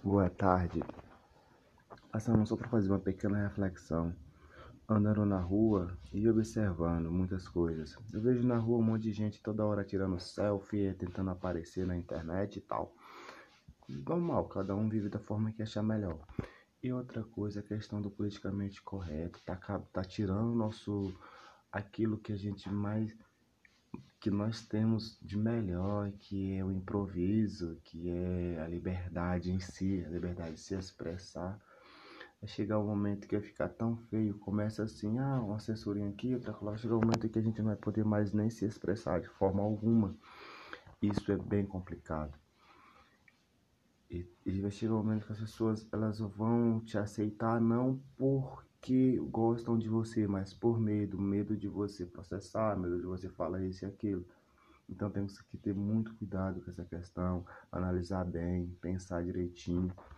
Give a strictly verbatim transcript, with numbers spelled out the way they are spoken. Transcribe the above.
Boa tarde. Passando só para fazer uma pequena reflexão. Andando na rua e observando muitas coisas. Eu vejo na rua um monte de gente toda hora tirando selfie, tentando aparecer na internet e tal. Normal, cada um vive da forma que achar melhor. E outra coisa, a questão do politicamente correto. Tá, tá tirando nosso, aquilo que a gente mais, que nós temos de melhor, que é o improviso, que é a liberdade em si, a liberdade de se expressar. Vai chegar um momento que vai ficar tão feio, começa assim, ah, uma censurinha aqui, outra lá, chega um momento que a gente não vai poder mais nem se expressar de forma alguma. Isso é bem complicado. E, e vai chegar um momento que as pessoas, elas vão te aceitar não porque gostam de você, mas por medo, medo de você processar, medo de você falar isso e aquilo. Então temos que ter muito cuidado com essa questão, analisar bem, pensar direitinho.